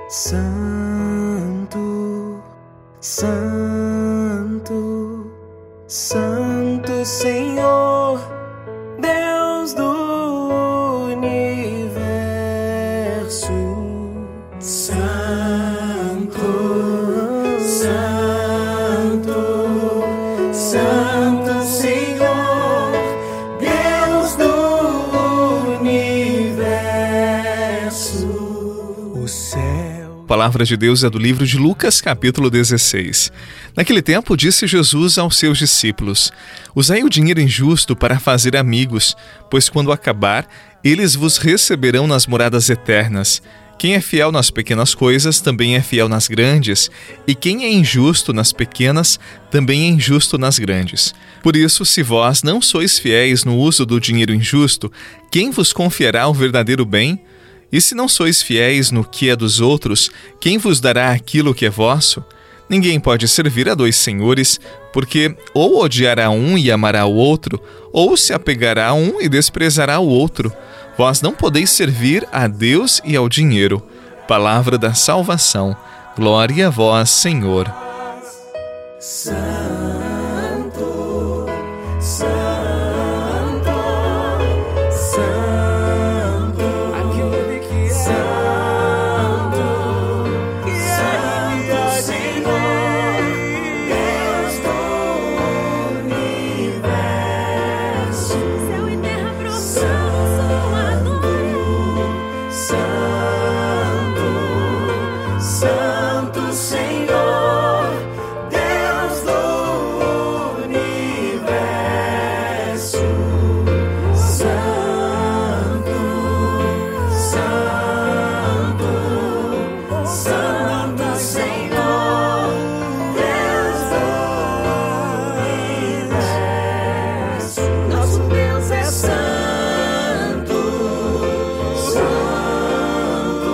Santo, Santo, Santo Senhor, Deus do universo. Santo, Santo, Santo Senhor, Deus do universo. O céu. A palavra de Deus é do livro de Lucas, capítulo 16. Naquele tempo, disse Jesus aos seus discípulos: Usai o dinheiro injusto para fazer amigos, pois quando acabar, eles vos receberão nas moradas eternas. Quem é fiel nas pequenas coisas, também é fiel nas grandes, e quem é injusto nas pequenas, também é injusto nas grandes. Por isso, se vós não sois fiéis no uso do dinheiro injusto, quem vos confiará o verdadeiro bem? E se não sois fiéis no que é dos outros, quem vos dará aquilo que é vosso? Ninguém pode servir a dois senhores, porque ou odiará um e amará o outro, ou se apegará a um e desprezará o outro. Vós não podeis servir a Deus e ao dinheiro. Palavra da salvação. Glória a vós, Senhor. Santo, Santo, Santo, aquele que é Santo, Santo Senhor, Deus do universo. Céu e terra proclamam sua glória. Santo, Santo Senhor, Deus do universo. Santo, Santo, Santo Senhor, Deus do universo. Nosso Deus é santo, santo,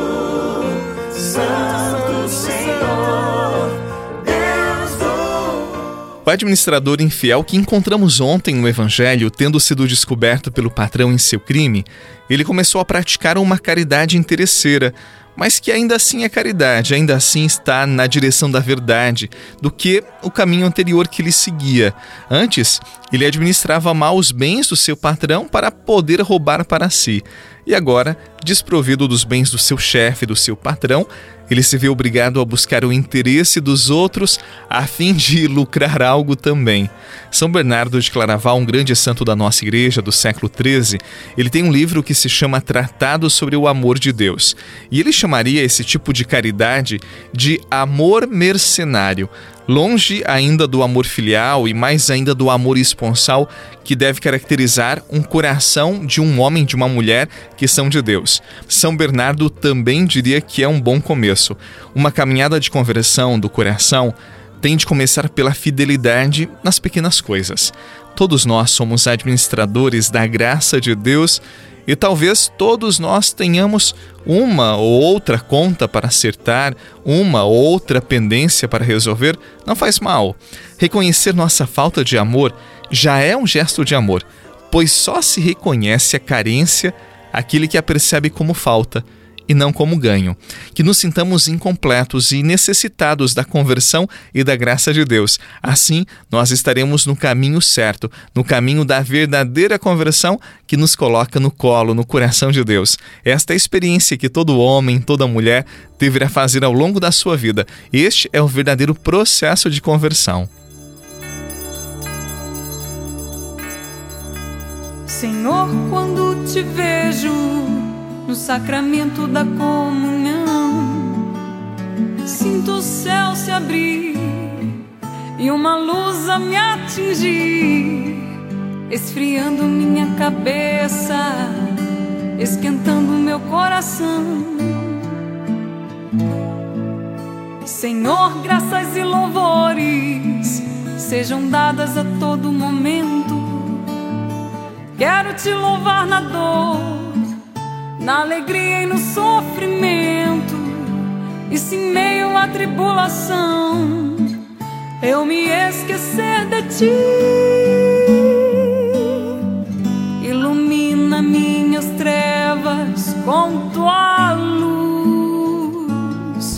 Santo Senhor, Deus do. O administrador infiel que encontramos ontem no Evangelho, tendo sido descoberto pelo patrão em seu crime, ele começou a praticar uma caridade interesseira, mas que ainda assim é caridade, ainda assim está na direção da verdade, do que o caminho anterior que ele seguia. Antes, ele administrava mal os bens do seu patrão para poder roubar para si. E agora, desprovido dos bens do seu chefe, do seu patrão, ele se vê obrigado a buscar o interesse dos outros a fim de lucrar algo também. São Bernardo de Claraval, um grande santo da nossa igreja do século XIII, ele tem um livro que se chama Tratado sobre o Amor de Deus. E ele chamaria esse tipo de caridade de amor mercenário, longe ainda do amor filial e mais ainda do amor esponsal que deve caracterizar um coração de um homem e de uma mulher que são de Deus. São Bernardo também diria que é um bom começo. Uma caminhada de conversão do coração tem de começar pela fidelidade nas pequenas coisas. Todos nós somos administradores da graça de Deus e talvez todos nós tenhamos uma ou outra conta para acertar, uma ou outra pendência para resolver. Não faz mal. Reconhecer nossa falta de amor já é um gesto de amor, pois só se reconhece a carência aquele que a percebe como falta e não como ganho. Que nos sintamos incompletos e necessitados da conversão e da graça de Deus. Assim, nós estaremos no caminho certo, no caminho da verdadeira conversão que nos coloca no colo, no coração de Deus. Esta é a experiência que todo homem, toda mulher deverá fazer ao longo da sua vida. Este é o verdadeiro processo de conversão. Senhor, quando te vejo no sacramento da comunhão, sinto o céu se abrir e uma luz a me atingir, esfriando minha cabeça, esquentando meu coração. Senhor, graças e louvores sejam dadas a todo momento. Quero te louvar na dor, na alegria e no sofrimento. E se em meio à tribulação eu me esquecer de ti, ilumina minhas trevas com tua luz.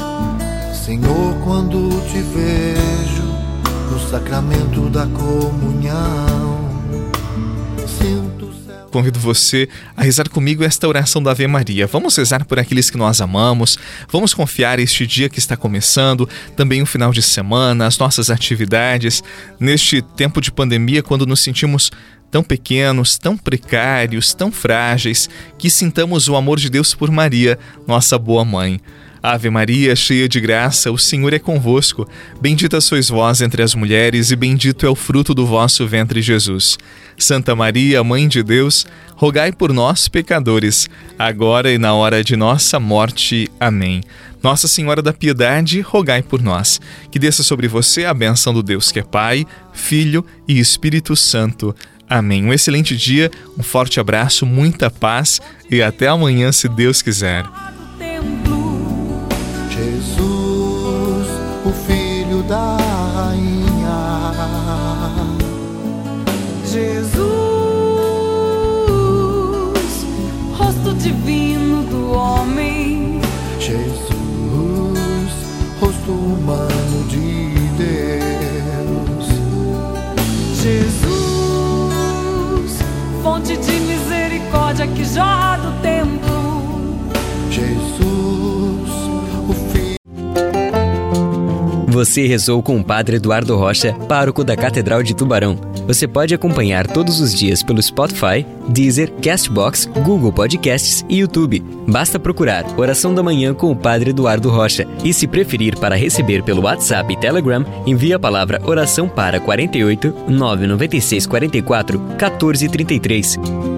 te vejo no sacramento da comunhão. Sinto o céu. Convido você a rezar comigo esta oração da Ave Maria. Vamos rezar por aqueles que nós amamos, vamos confiar este dia que está começando, também o final de semana, as nossas atividades, neste tempo de pandemia, quando nos sentimos tão pequenos, tão precários, tão frágeis, que sintamos o amor de Deus por Maria, nossa boa mãe. Ave Maria, cheia de graça, o Senhor é convosco. Bendita sois vós entre as mulheres e bendito é o fruto do vosso ventre, Jesus. Santa Maria, Mãe de Deus, rogai por nós, pecadores, agora e na hora de nossa morte. Amém. Nossa Senhora da Piedade, rogai por nós. Que desça sobre você a bênção do Deus que é Pai, Filho e Espírito Santo. Amém. Um excelente dia, um forte abraço, muita paz e até amanhã, se Deus quiser. Jesus, o Filho da Rainha. Jesus, rosto divino do homem. Jesus, rosto humano de Deus. Jesus, fonte de misericórdia que jorra do templo. Jesus, o Filho. Você rezou com o Padre Eduardo Rocha, pároco da Catedral de Tubarão. Você pode acompanhar todos os dias pelo Spotify, Deezer, Castbox, Google Podcasts e YouTube. Basta procurar Oração da Manhã com o Padre Eduardo Rocha. E se preferir para receber pelo WhatsApp e Telegram, envie a palavra oração para 48 996 44 14 33.